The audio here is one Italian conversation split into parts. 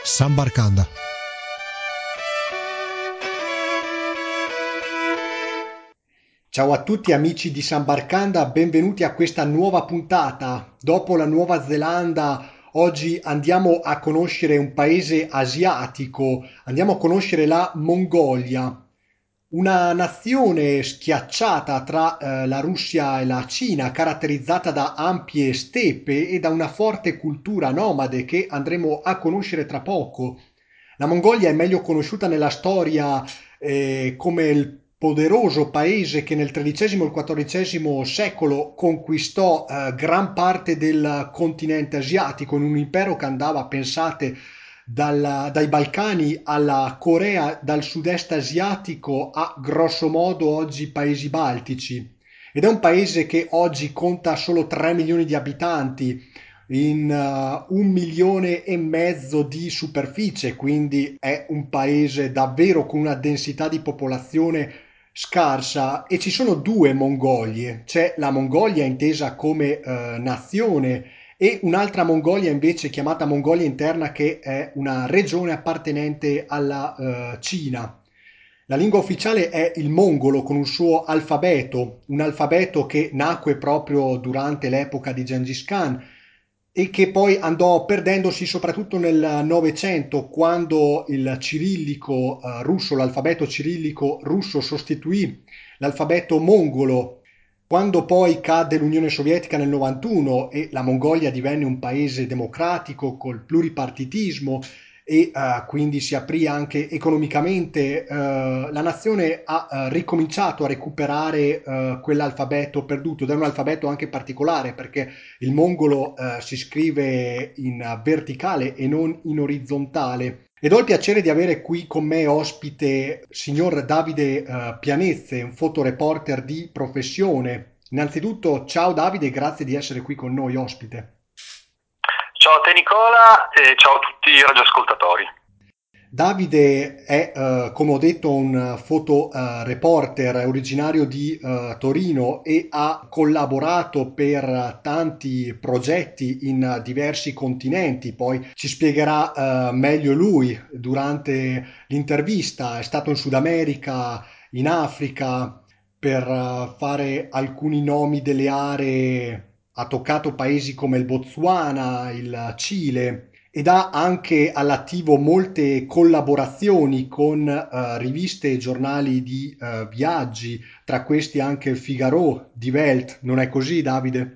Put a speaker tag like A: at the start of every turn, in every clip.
A: Sambarkanda.
B: Ciao a tutti amici di Sambarkanda, benvenuti a questa nuova puntata. Dopo la Nuova Zelanda, oggi andiamo a conoscere un paese asiatico, andiamo a conoscere la Mongolia, una nazione schiacciata tra la Russia e la Cina, caratterizzata da ampie steppe e da una forte cultura nomade che andremo a conoscere tra poco. La Mongolia è meglio conosciuta nella storia come il poderoso paese che nel XIII e il XIV secolo conquistò gran parte del continente asiatico in un impero che andava, pensate, dai Balcani alla Corea, dal sud-est asiatico a grosso modo oggi paesi baltici. Ed è un paese che oggi conta solo 3 milioni di abitanti in 1,5 milioni di superficie, quindi è un paese davvero con una densità di popolazione scarsa e ci sono due Mongolie, c'è la Mongolia intesa come nazione e un'altra Mongolia invece chiamata Mongolia interna che è una regione appartenente alla Cina. La lingua ufficiale è il mongolo con un suo alfabeto, un alfabeto che nacque proprio durante l'epoca di Gengis Khan e che poi andò perdendosi soprattutto nel Novecento, quando il cirillico russo, l'alfabeto cirillico russo sostituì l'alfabeto mongolo. Quando poi cadde l'Unione Sovietica nel 91 e la Mongolia divenne un paese democratico col pluripartitismo e quindi si aprì anche economicamente, la nazione ha ricominciato a recuperare quell'alfabeto perduto ed è un alfabeto anche particolare perché il mongolo si scrive in verticale e non in orizzontale. Ed ho il piacere di avere qui con me ospite signor Davide Pianezze, un fotoreporter di professione. Innanzitutto, ciao Davide e grazie di essere qui con noi ospite.
C: Ciao a te Nicola e ciao a tutti i radioascoltatori.
B: Davide è, come ho detto, un fotoreporter, è originario di Torino e ha collaborato per tanti progetti in diversi continenti. Poi ci spiegherà meglio lui durante l'intervista. È stato in Sud America, in Africa, per fare alcuni nomi delle aree. Ha toccato paesi come il Botswana, il Cile ed ha anche all'attivo molte collaborazioni con riviste e giornali di viaggi, tra questi anche il Figaro, Die Welt, non è così Davide?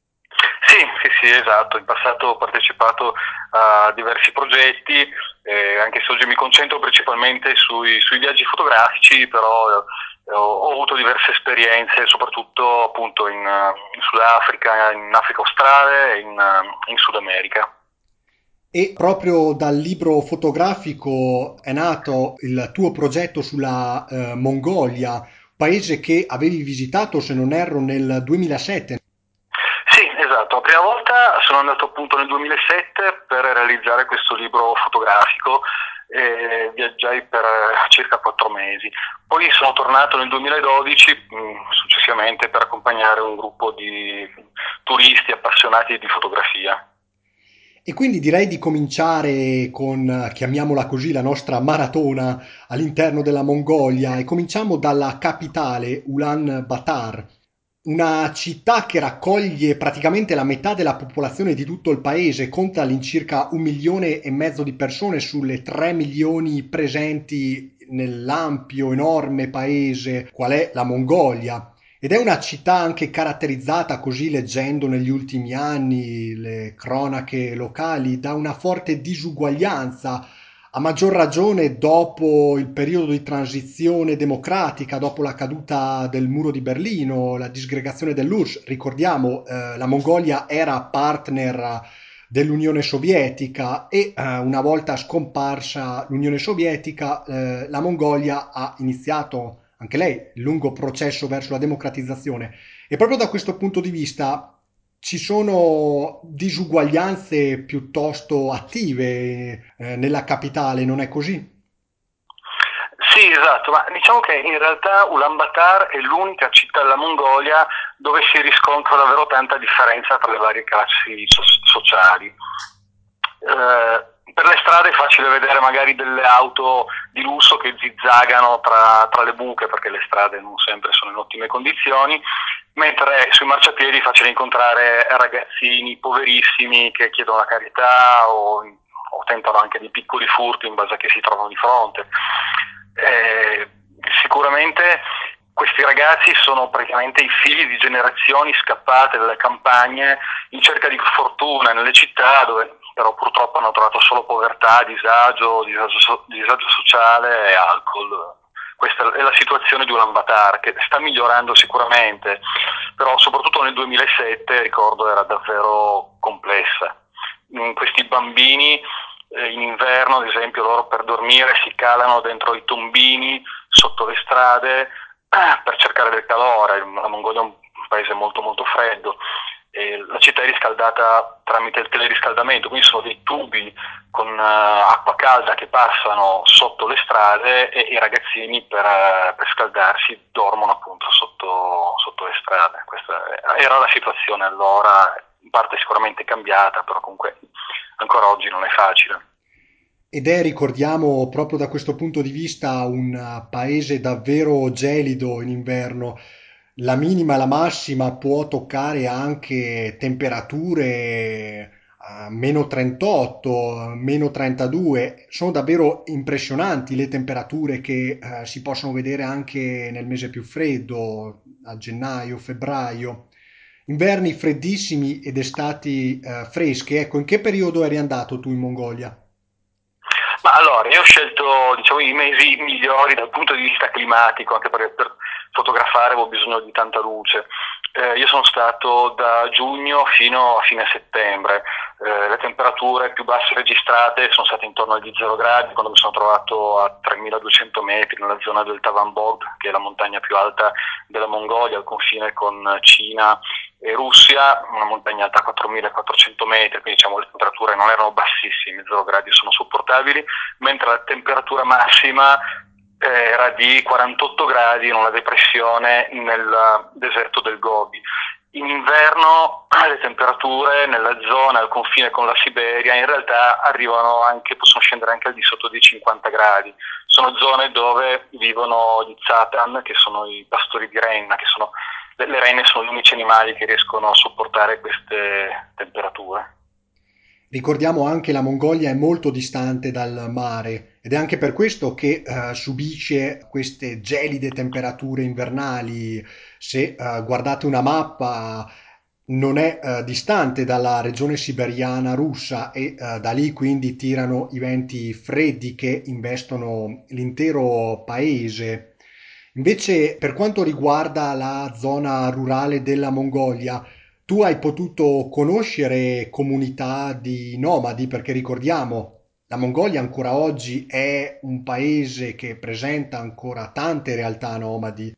C: Sì, esatto. In passato ho partecipato a diversi progetti, anche se oggi mi concentro principalmente sui viaggi fotografici, però ho avuto diverse esperienze, soprattutto appunto in Sudafrica, in Africa australe e in Sud America.
B: E proprio dal libro fotografico è nato il tuo progetto sulla Mongolia, paese che avevi visitato, se non erro, nel 2007.
C: Sì, esatto. La prima volta sono andato appunto nel 2007 per realizzare questo libro fotografico e viaggiai per circa 4 mesi. Poi sono tornato nel 2012, successivamente, per accompagnare un gruppo di turisti appassionati di fotografia.
B: E quindi direi di cominciare con, chiamiamola così, la nostra maratona all'interno della Mongolia e cominciamo dalla capitale, Ulaanbaatar, una città che raccoglie praticamente la metà della popolazione di tutto il paese, conta all'incirca 1,5 milioni di persone sulle 3 milioni presenti nell'ampio, enorme paese qual è la Mongolia. Ed è una città anche caratterizzata, così leggendo negli ultimi anni le cronache locali, da una forte disuguaglianza, a maggior ragione dopo il periodo di transizione democratica, dopo la caduta del muro di Berlino, la disgregazione dell'URSS. Ricordiamo, la Mongolia era partner dell'Unione Sovietica e una volta scomparsa l'Unione Sovietica, la Mongolia ha iniziato anche lei il lungo processo verso la democratizzazione e proprio da questo punto di vista ci sono disuguaglianze piuttosto attive nella capitale, non è così?
C: Sì, esatto, ma diciamo che in realtà Ulaanbaatar è l'unica città della Mongolia dove si riscontra davvero tanta differenza tra le varie classi sociali. per le strade è facile vedere magari delle auto di lusso che zizzagano tra le buche, perché le strade non sempre sono in ottime condizioni, mentre sui marciapiedi è facile incontrare ragazzini poverissimi che chiedono la carità o tentano anche di piccoli furti in base a che si trovano di fronte. Sicuramente questi ragazzi sono praticamente i figli di generazioni scappate dalle campagne in cerca di fortuna nelle città, dove però purtroppo hanno trovato solo povertà, disagio sociale e alcol. Questa è la situazione di Ulaanbaatar, che sta migliorando sicuramente, però soprattutto nel 2007, ricordo, era davvero complessa. Questi bambini in inverno, ad esempio, loro per dormire si calano dentro i tombini sotto le strade per cercare del calore. La Mongolia è un paese molto molto freddo e la città è riscaldata tramite il teleriscaldamento, quindi sono dei tubi con acqua calda che passano sotto le strade e i ragazzini per scaldarsi dormono appunto sotto le strade. Questa era la situazione allora, in parte sicuramente cambiata, però comunque ancora oggi non è facile.
B: Ed è, ricordiamo, proprio da questo punto di vista un paese davvero gelido in inverno. La minima e la massima può toccare anche temperature a meno 38, meno 32. Sono davvero impressionanti le temperature che si possono vedere anche nel mese più freddo, a gennaio, febbraio. Inverni freddissimi ed estati fresche. Ecco, in che periodo eri andato tu in Mongolia?
C: Ma allora, io ho scelto, diciamo, i mesi migliori dal punto di vista climatico, anche perché per fotografare avevo bisogno di tanta luce. Io sono stato da giugno fino a fine settembre. Le temperature più basse registrate sono state intorno agli 0 gradi quando mi sono trovato a 3200 metri nella zona del Tavanbog, che è la montagna più alta della Mongolia, al confine con Cina e Russia, una montagna alta 4400 metri, quindi diciamo le temperature non erano bassissime, 0 gradi sono sopportabili, mentre la temperatura massima era di 48 gradi in una depressione nel deserto del Gobi. In inverno le temperature nella zona al confine con la Siberia in realtà possono scendere anche al di sotto dei 50 gradi. Sono zone dove vivono gli Zatan, che sono i pastori di renna, le renne sono gli unici animali che riescono a sopportare queste temperature.
B: Ricordiamo anche la Mongolia è molto distante dal mare ed è anche per questo che subisce queste gelide temperature invernali. Se guardate una mappa non è distante dalla regione siberiana russa e da lì quindi tirano i venti freddi che investono l'intero paese. Invece, per quanto riguarda la zona rurale della Mongolia, tu hai potuto conoscere comunità di nomadi, perché ricordiamo, la Mongolia ancora oggi è un paese che presenta ancora tante realtà nomadi.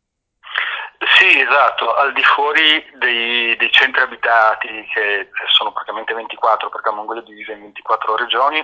C: Sì, esatto, al di fuori dei centri abitati, che sono praticamente 24, perché la Mongolia è divisa in 24 regioni,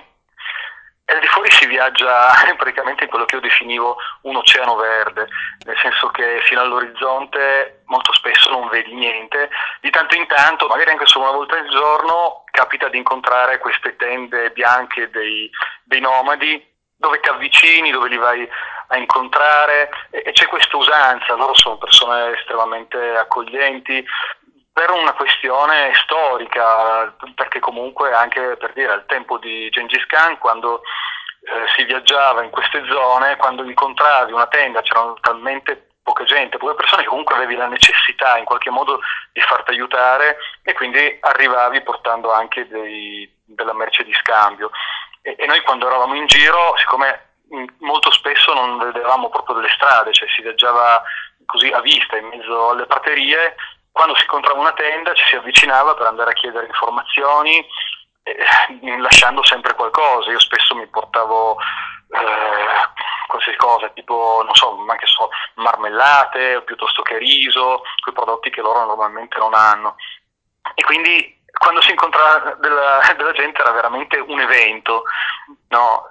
C: e al di fuori si viaggia praticamente in quello che io definivo un oceano verde, nel senso che fino all'orizzonte molto spesso non vedi niente, di tanto in tanto, magari anche solo una volta al giorno, capita di incontrare queste tende bianche dei nomadi, dove ti avvicini, dove li vai a incontrare e c'è questa usanza, loro sono persone estremamente accoglienti per una questione storica, perché comunque anche per dire al tempo di Gengis Khan, quando si viaggiava in queste zone, quando incontravi una tenda c'erano talmente poca gente, poche persone che comunque avevi la necessità in qualche modo di farti aiutare e quindi arrivavi portando anche della merce di scambio. E noi quando eravamo in giro, siccome molto spesso non vedevamo proprio delle strade, cioè si viaggiava così a vista in mezzo alle praterie, quando si incontrava una tenda ci si avvicinava per andare a chiedere informazioni, lasciando sempre qualcosa. Io spesso mi portavo qualsiasi cosa, tipo, non so, anche so, marmellate piuttosto che riso, quei prodotti che loro normalmente non hanno. E quindi quando si incontra della gente era veramente un evento, no?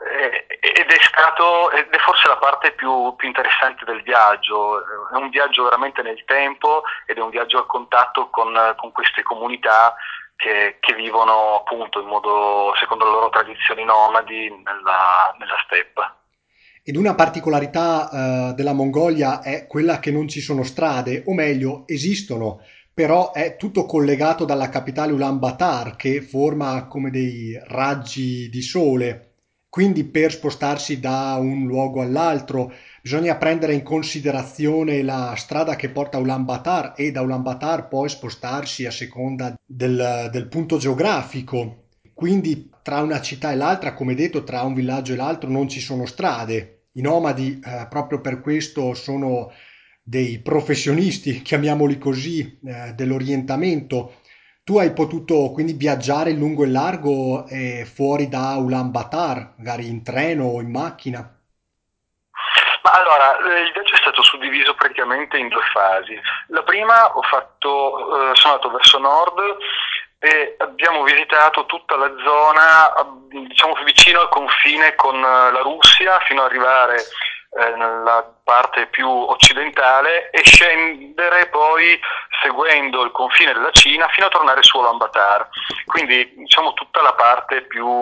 C: Ed è forse la parte più interessante del viaggio, è un viaggio veramente nel tempo ed è un viaggio a contatto con queste comunità che vivono appunto in modo, secondo le loro tradizioni nomadi, nella steppa.
B: Ed una particolarità della Mongolia è quella che non ci sono strade, o meglio, esistono, però è tutto collegato dalla capitale Ulaanbaatar che forma come dei raggi di sole. Quindi per spostarsi da un luogo all'altro bisogna prendere in considerazione la strada che porta a Ulaanbaatar e da Ulaanbaatar poi spostarsi a seconda del punto geografico. Quindi tra una città e l'altra, come detto, tra un villaggio e l'altro non ci sono strade. I nomadi, proprio per questo, sono dei professionisti, chiamiamoli così, dell'orientamento. Tu hai potuto quindi viaggiare in lungo e largo fuori da Ulaanbaatar, magari in treno o in macchina.
C: Ma allora, il viaggio è stato suddiviso praticamente in due fasi. La prima sono andato verso nord e abbiamo visitato tutta la zona, diciamo vicino al confine con la Russia, fino ad arrivare nella parte più occidentale e scendere poi seguendo il confine della Cina fino a tornare su Ulaanbaatar. Quindi diciamo tutta la parte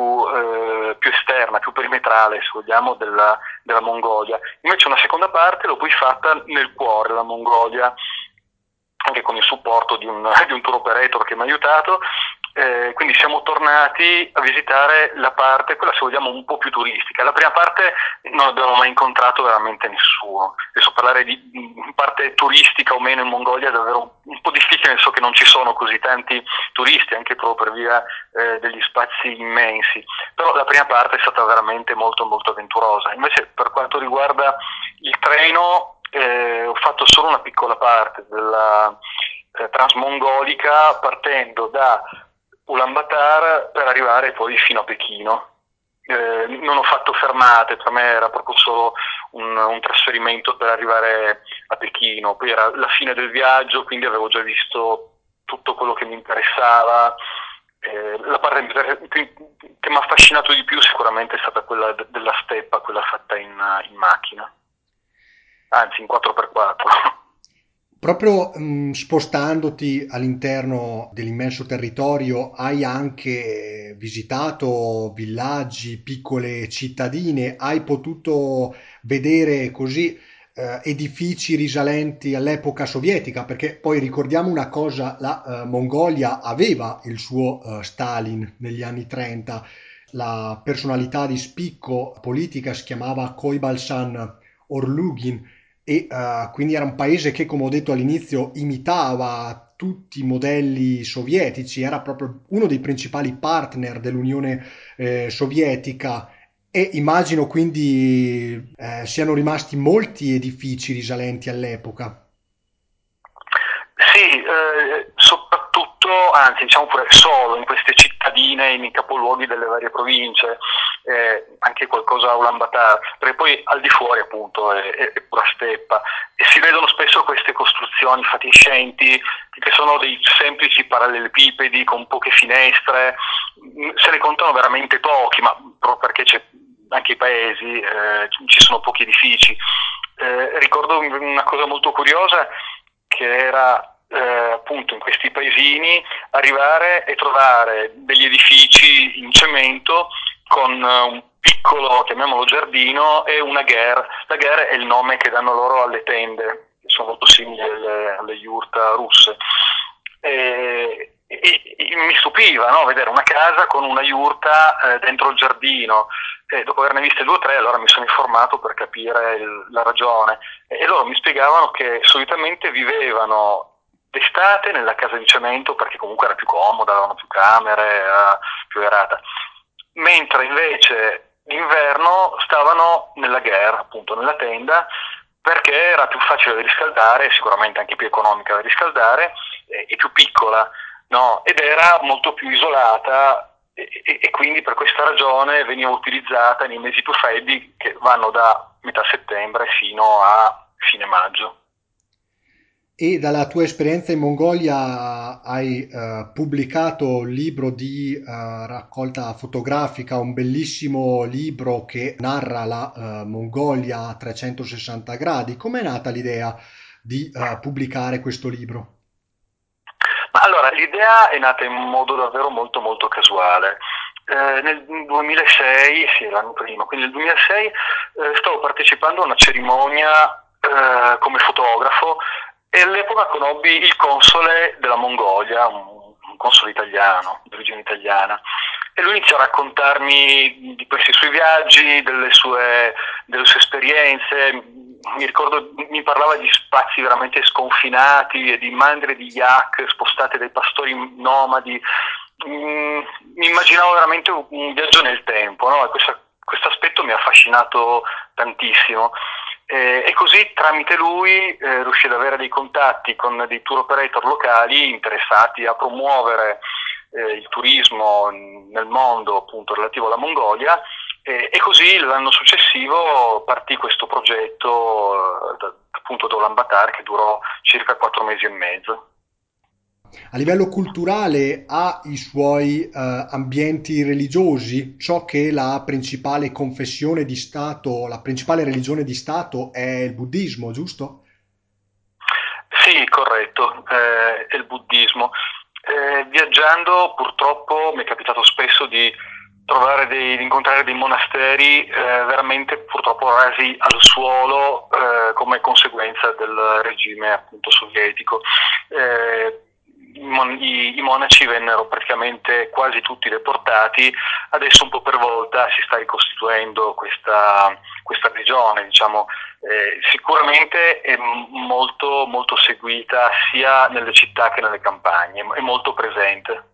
C: più esterna, più perimetrale, se vogliamo, della Mongolia. Invece una seconda parte l'ho poi fatta nel cuore della Mongolia, anche con il supporto di un tour operator che mi ha aiutato. Quindi siamo tornati a visitare la parte, quella se vogliamo un po' più turistica. La prima parte non abbiamo mai incontrato veramente nessuno. Adesso parlare di parte turistica o meno in Mongolia è davvero un po' difficile, so che non ci sono così tanti turisti, anche proprio per via degli spazi immensi. Però la prima parte è stata veramente molto molto avventurosa. Invece per quanto riguarda il treno, ho fatto solo una piccola parte della transmongolica partendo da Ulaanbaatar per arrivare poi fino a Pechino. Non ho fatto fermate, per me era proprio solo un trasferimento per arrivare a Pechino, poi era la fine del viaggio, quindi avevo già visto tutto quello che mi interessava. La parte che mi ha affascinato di più sicuramente è stata quella della steppa, quella fatta in macchina, anzi in 4x4.
B: Proprio spostandoti all'interno dell'immenso territorio, hai anche visitato villaggi, piccole cittadine, hai potuto vedere così edifici risalenti all'epoca sovietica, perché poi ricordiamo una cosa, la Mongolia aveva il suo Stalin negli anni 30, la personalità di spicco politica si chiamava Koibalsan Orlugin e quindi era un paese che, come ho detto all'inizio, imitava tutti i modelli sovietici, era proprio uno dei principali partner dell'Unione Sovietica e immagino quindi siano rimasti molti edifici risalenti all'epoca.
C: Sì, soprattutto, anzi diciamo pure solo in queste cittadine, nei capoluoghi delle varie province, anche qualcosa a Ulaanbaatar, perché poi al di fuori appunto è pura steppa e si vedono spesso queste costruzioni fatiscenti che sono dei semplici parallelepipedi con poche finestre, se ne contano veramente pochi, ma proprio perché c'è anche i paesi, ci sono pochi edifici. Ricordo una cosa molto curiosa che era appunto in questi paesini arrivare e trovare degli edifici in cemento con un piccolo, chiamiamolo giardino, e una ger. La ger è il nome che danno loro alle tende, che sono molto simili alle yurta russe. E mi stupiva, no, vedere una casa con una yurta dentro il giardino. E dopo averne viste due o tre, allora mi sono informato per capire la ragione. E loro mi spiegavano che solitamente vivevano d'estate nella casa di cemento perché comunque era più comoda, avevano più camere, era più aerata, mentre invece d'inverno stavano nella ger, appunto nella tenda, perché era più facile da riscaldare, sicuramente anche più economica da riscaldare e più piccola, no? Ed era molto più isolata e quindi per questa ragione veniva utilizzata nei mesi più freddi che vanno da metà settembre fino a fine maggio.
B: E dalla tua esperienza in Mongolia hai pubblicato un libro di raccolta fotografica, un bellissimo libro che narra la Mongolia a 360 gradi. Com'è nata l'idea di pubblicare questo libro?
C: Ma Allora, l'idea è nata in modo davvero molto molto casuale. Nel 2006, sì, l'anno prima, quindi nel 2006 stavo partecipando a una cerimonia come fotografo e all'epoca conobbi il console della Mongolia, un console italiano, di origine italiana, e lui iniziò a raccontarmi di questi suoi viaggi, delle sue esperienze. Mi ricordo, mi parlava di spazi veramente sconfinati e di mandrie di yak spostate dai pastori nomadi. Mi immaginavo veramente un viaggio nel tempo, no? E questo aspetto mi ha affascinato tantissimo. E così tramite lui riuscì ad avere dei contatti con dei tour operator locali interessati a promuovere il turismo nel mondo appunto relativo alla Mongolia e così l'anno successivo partì questo progetto appunto da Ulaanbaatar che durò circa 4 mesi e mezzo.
B: A livello culturale ha i suoi ambienti religiosi, ciò che la principale confessione di Stato, la principale religione di Stato è il buddismo, giusto?
C: Sì, corretto, è il buddismo. Viaggiando purtroppo mi è capitato spesso di incontrare dei monasteri veramente purtroppo rasi al suolo come conseguenza del regime appunto sovietico. Eh, i monaci vennero praticamente quasi tutti deportati, adesso un po' per volta si sta ricostituendo questa regione, diciamo. Sicuramente è molto, molto seguita sia nelle città che nelle campagne, è molto presente.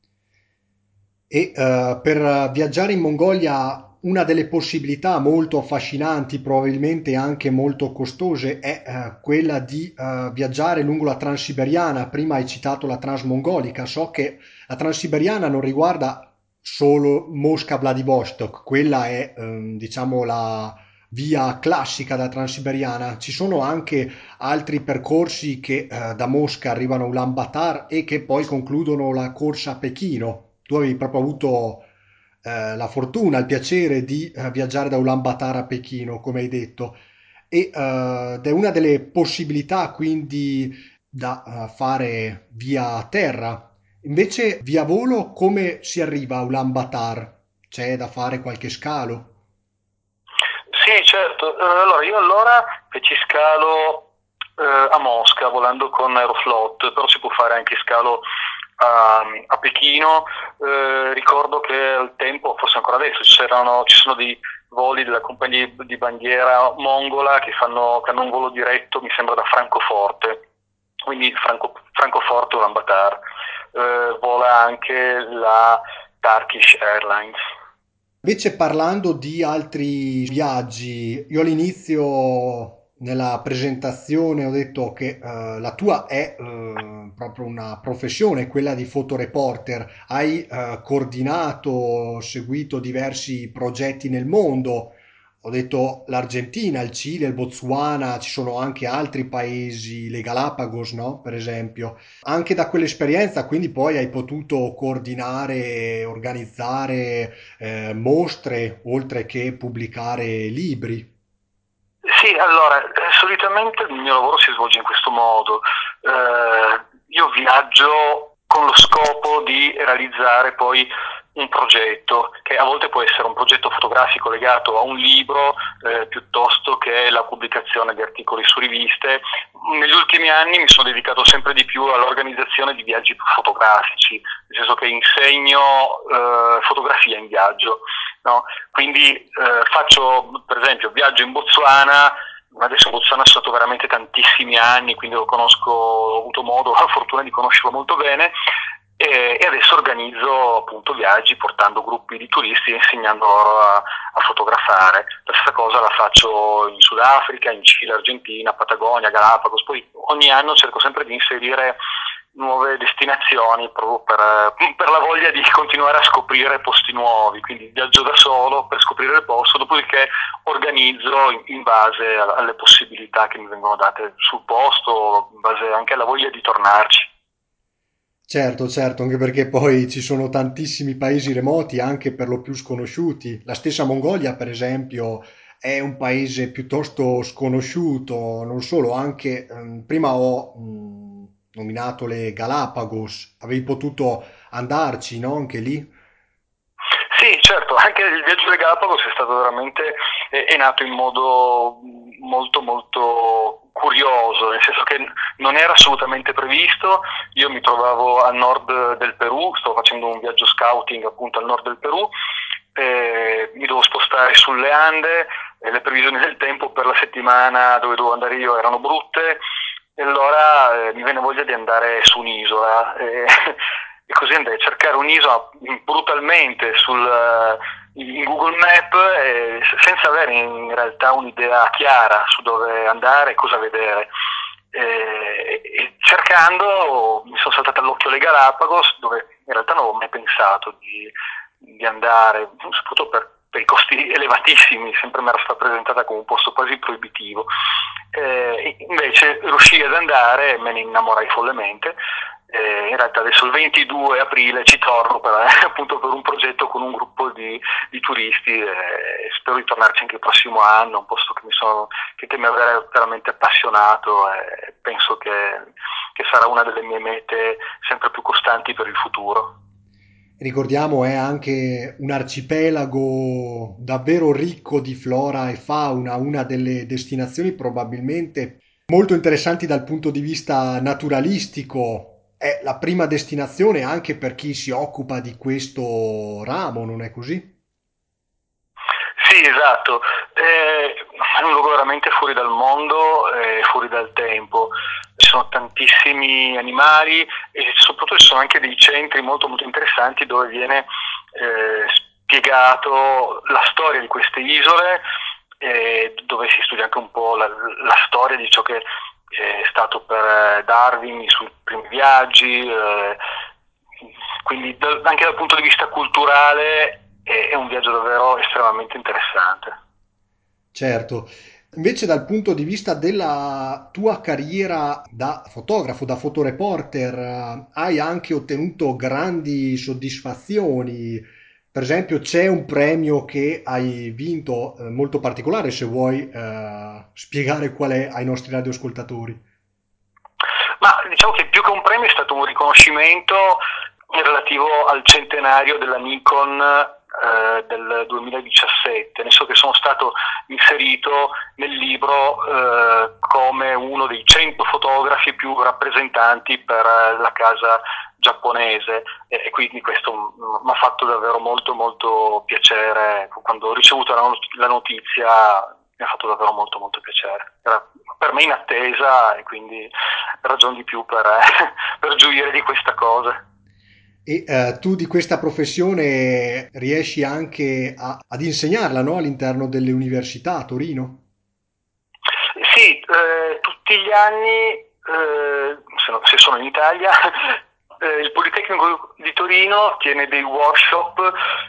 B: E per viaggiare in Mongolia una delle possibilità molto affascinanti, probabilmente anche molto costose, è quella di viaggiare lungo la Transiberiana. Prima hai citato la Transmongolica, so che la Transiberiana non riguarda solo Mosca-Vladivostok, quella è diciamo la via classica da Transiberiana. Ci sono anche altri percorsi che da Mosca arrivano a Ulaanbaatar e che poi concludono la corsa a Pechino. Tu avevi proprio avuto la fortuna, il piacere di viaggiare da Ulaanbaatar a Pechino, come hai detto, ed è una delle possibilità quindi da fare via terra. Invece via volo come si arriva a Ulaanbaatar? C'è da fare qualche scalo?
C: Sì, certo. Allora, io allora feci scalo a Mosca volando con Aeroflot, però si può fare anche scalo a Pechino. Ricordo che al tempo, forse ancora adesso, ci sono dei voli della compagnia di bandiera mongola che hanno un volo diretto, mi sembra, da Francoforte, quindi Francoforte Ulaanbaatar. Vola anche la Turkish Airlines.
B: Invece parlando di altri viaggi, io all'inizio nella presentazione ho detto che la tua è proprio una professione, quella di fotoreporter. Hai coordinato, seguito diversi progetti nel mondo. Ho detto l'Argentina, il Cile, il Botswana, ci sono anche altri paesi, le Galapagos, no? Per esempio. Anche da quell'esperienza, quindi poi hai potuto coordinare, organizzare mostre, oltre che pubblicare libri.
C: Sì, allora, solitamente il mio lavoro si svolge in questo modo. Io viaggio con lo scopo di realizzare poi un progetto, che a volte può essere un progetto fotografico legato a un libro, piuttosto che la pubblicazione di articoli su riviste. Negli ultimi anni mi sono dedicato sempre di più all'organizzazione di viaggi fotografici, nel senso che insegno fotografia in viaggio. No? Quindi faccio, per esempio, viaggio in Botswana, adesso in Botswana sono stato veramente tantissimi anni, quindi lo conosco, ho avuto modo, la fortuna di conoscerlo molto bene e adesso organizzo appunto viaggi portando gruppi di turisti e insegnando loro a fotografare. La stessa cosa la faccio in Sudafrica, in Cile, Argentina, Patagonia, Galapagos, poi ogni anno cerco sempre di inserire nuove destinazioni proprio per la voglia di continuare a scoprire posti nuovi, quindi viaggio da solo per scoprire il posto, dopodiché organizzo in base alle possibilità che mi vengono date sul posto, in base anche alla voglia di tornarci.
B: Certo, certo, anche perché poi ci sono tantissimi paesi remoti, anche per lo più sconosciuti. La stessa Mongolia, per esempio, è un paese piuttosto sconosciuto, non solo, anche prima ho nominato le Galapagos. Avevi potuto andarci, no? Anche lì?
C: Sì, certo, anche il viaggio delle Galapagos è stato veramente, è nato in modo molto molto curioso, nel senso che non era assolutamente previsto. Io mi trovavo al nord del Perù, stavo facendo un viaggio scouting appunto al nord del Perù, mi dovevo spostare sulle Ande, e le previsioni del tempo per la settimana dove dovevo andare io erano brutte, e allora mi venne voglia di andare su un'isola. E così andai a cercare un'isola brutalmente in Google Map, senza avere in realtà un'idea chiara su dove andare e cosa vedere. E cercando mi sono saltate all'occhio le Galapagos, dove in realtà non avevo mai pensato di andare, soprattutto per i costi elevatissimi, sempre mi era stata presentata come un posto quasi proibitivo. Invece riuscii ad andare e me ne innamorai follemente. In realtà adesso il 22 aprile ci torno appunto per un progetto con un gruppo di turisti, e spero di tornarci anche il prossimo anno, un posto che mi ha veramente appassionato, e penso che sarà una delle mie mete sempre più costanti per il futuro.
B: Ricordiamo, è anche un arcipelago davvero ricco di flora e fauna, una delle destinazioni probabilmente molto interessanti dal punto di vista naturalistico. È la prima destinazione anche per chi si occupa di questo ramo, non è così?
C: Sì, esatto. È un luogo veramente fuori dal mondo, fuori dal tempo. Ci sono tantissimi animali e soprattutto ci sono anche dei centri molto molto interessanti dove viene spiegato la storia di queste isole, dove si studia anche un po' la storia di ciò che è stato per Darwin, i suoi primi viaggi, quindi anche dal punto di vista culturale è un viaggio davvero estremamente interessante.
B: Certo. Invece dal punto di vista della tua carriera da fotografo, da fotoreporter, hai anche ottenuto grandi soddisfazioni. Per esempio, c'è un premio che hai vinto, molto particolare, se vuoi, spiegare qual è ai nostri radioascoltatori.
C: Ma diciamo che più che un premio è stato un riconoscimento relativo al centenario della Nikon del 2017, nel senso che sono stato inserito nel libro come uno dei 100 fotografi più rappresentanti per la casa giapponese, e quindi questo mi ha fatto davvero molto molto piacere. Quando ho ricevuto la notizia mi ha fatto davvero molto molto piacere. Era per me in attesa, e quindi ragion di più per gioire di questa cosa.
B: E tu di questa professione riesci anche ad insegnarla, no? All'interno delle università a Torino?
C: Sì, tutti gli anni, se sono in Italia, il Politecnico di Torino tiene dei workshop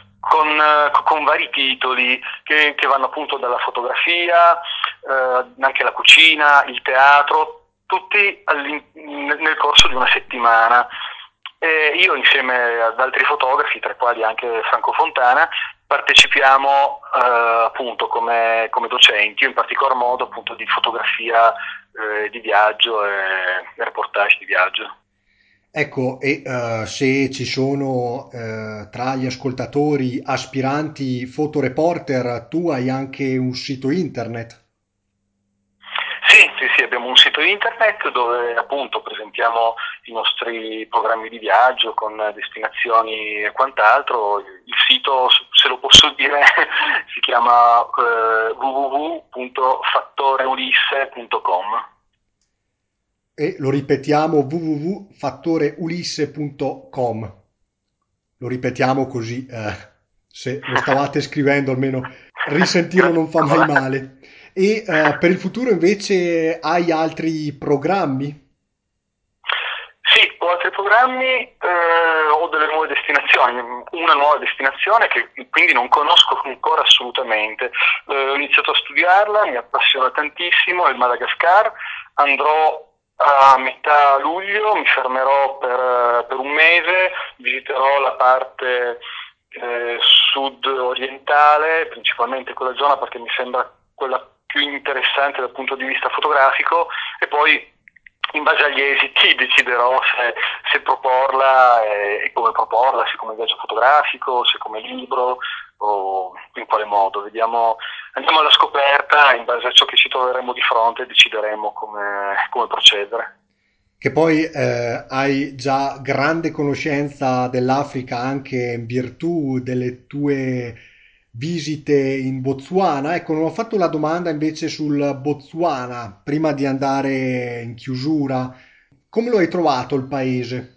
C: con vari titoli che vanno appunto dalla fotografia, anche la cucina, il teatro, tutti nel corso di una settimana. E io insieme ad altri fotografi, tra i quali anche Franco Fontana, partecipiamo appunto come docenti, io in particolar modo appunto di fotografia di viaggio e reportage di viaggio.
B: Ecco, e se ci sono tra gli ascoltatori aspiranti fotoreporter, tu hai anche un sito internet.
C: Sì, sì, sì, abbiamo un sito internet dove appunto presentiamo i nostri programmi di viaggio con destinazioni e quant'altro. Il sito, se lo posso dire, si chiama www.fattoreulisse.com.
B: E lo ripetiamo www.fattoreulisse.com. Lo ripetiamo così, se lo stavate scrivendo, almeno risentirlo non fa mai
C: Ancora.
B: male. E per il futuro invece hai altri programmi?
C: Sì, ho altri programmi, ho delle nuove destinazioni, una nuova destinazione che quindi non conosco ancora assolutamente. Ho iniziato a studiarla, mi appassiona tantissimo, è il Madagascar. Andrò a metà luglio, mi fermerò per un mese, visiterò la parte sud-orientale, principalmente quella zona perché mi sembra quella più interessante dal punto di vista fotografico, e poi in base agli esiti deciderò se proporla e come proporla, se come viaggio fotografico, se come libro o in quale modo. Vediamo, andiamo alla scoperta, in base a ciò che ci troveremo di fronte decideremo come procedere.
B: Che poi hai già grande conoscenza dell'Africa anche in virtù delle tue visite in Botswana. Ecco, non ho fatto la domanda invece sul Botswana prima di andare in chiusura. Come lo hai trovato il paese?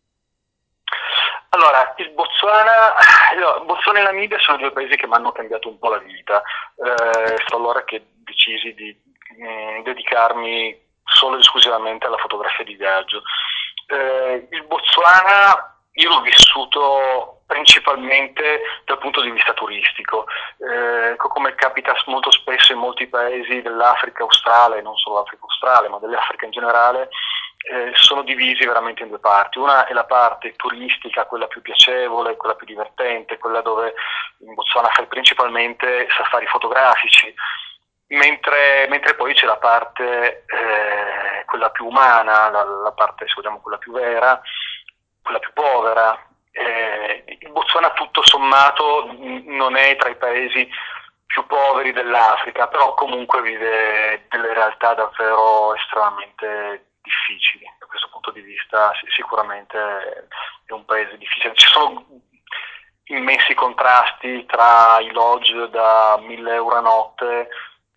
C: Allora, Botswana e Namibia sono due paesi che mi hanno cambiato un po' la vita. È stato allora che decisi di dedicarmi solo ed esclusivamente alla fotografia di viaggio. Il Botswana io l'ho vissuto principalmente dal punto di vista turistico. Come capita molto spesso in molti paesi dell'Africa australe, non solo l'Africa australe, ma dell'Africa in generale, sono divisi veramente in due parti. Una è la parte turistica, quella più piacevole, quella più divertente, quella dove in Botswana fai principalmente safari fotografici, mentre poi c'è la parte, quella più umana, la parte, se vogliamo, quella più vera, quella più povera. Il Botswana tutto sommato non è tra i paesi più poveri dell'Africa, però comunque vive delle realtà davvero estremamente difficili. Da questo punto di vista sicuramente è un paese difficile. Ci sono immensi contrasti tra i lodge da 1.000 euro a notte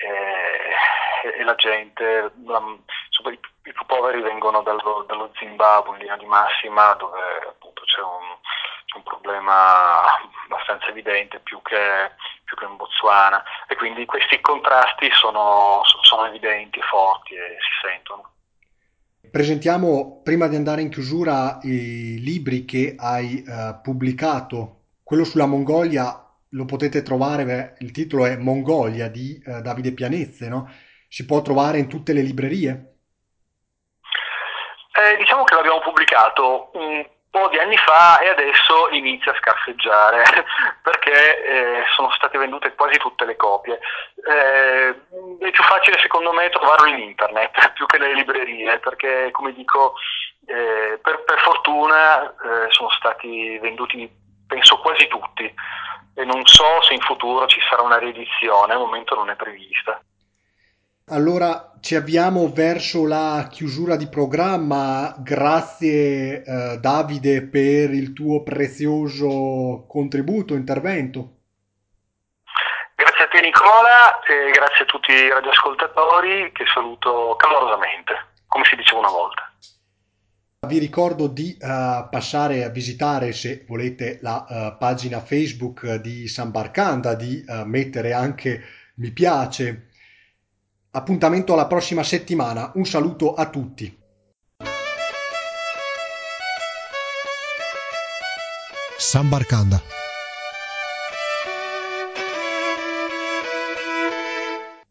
C: e la gente, i più poveri vengono dallo Zimbabwe in linea di massima, dove appunto c'è un problema abbastanza evidente più che in Botswana, e quindi questi contrasti sono evidenti, forti e si sentono.
B: Presentiamo, prima di andare in chiusura, i libri che hai pubblicato. Quello sulla Mongolia lo potete trovare, il titolo è Mongolia di Davide Pianezze, no? Si può trovare in tutte le librerie.
C: Diciamo che l'abbiamo pubblicato un po' di anni fa e adesso inizia a scarseggiare perché sono state vendute quasi tutte le copie. È più facile secondo me trovarlo in internet più che nelle librerie, perché come dico, per fortuna sono stati venduti penso quasi tutti, e non so se in futuro ci sarà una riedizione, al momento non è prevista.
B: Allora ci avviamo verso la chiusura di programma. Grazie Davide per il tuo prezioso contributo, intervento.
C: Grazie a te Nicola e grazie a tutti i radioascoltatori che saluto calorosamente, come si diceva una volta.
B: Vi ricordo di passare a visitare, se volete, la pagina Facebook di San Barcanda, di mettere anche mi piace. Appuntamento alla prossima settimana. Un saluto a tutti.
A: San Barcanda.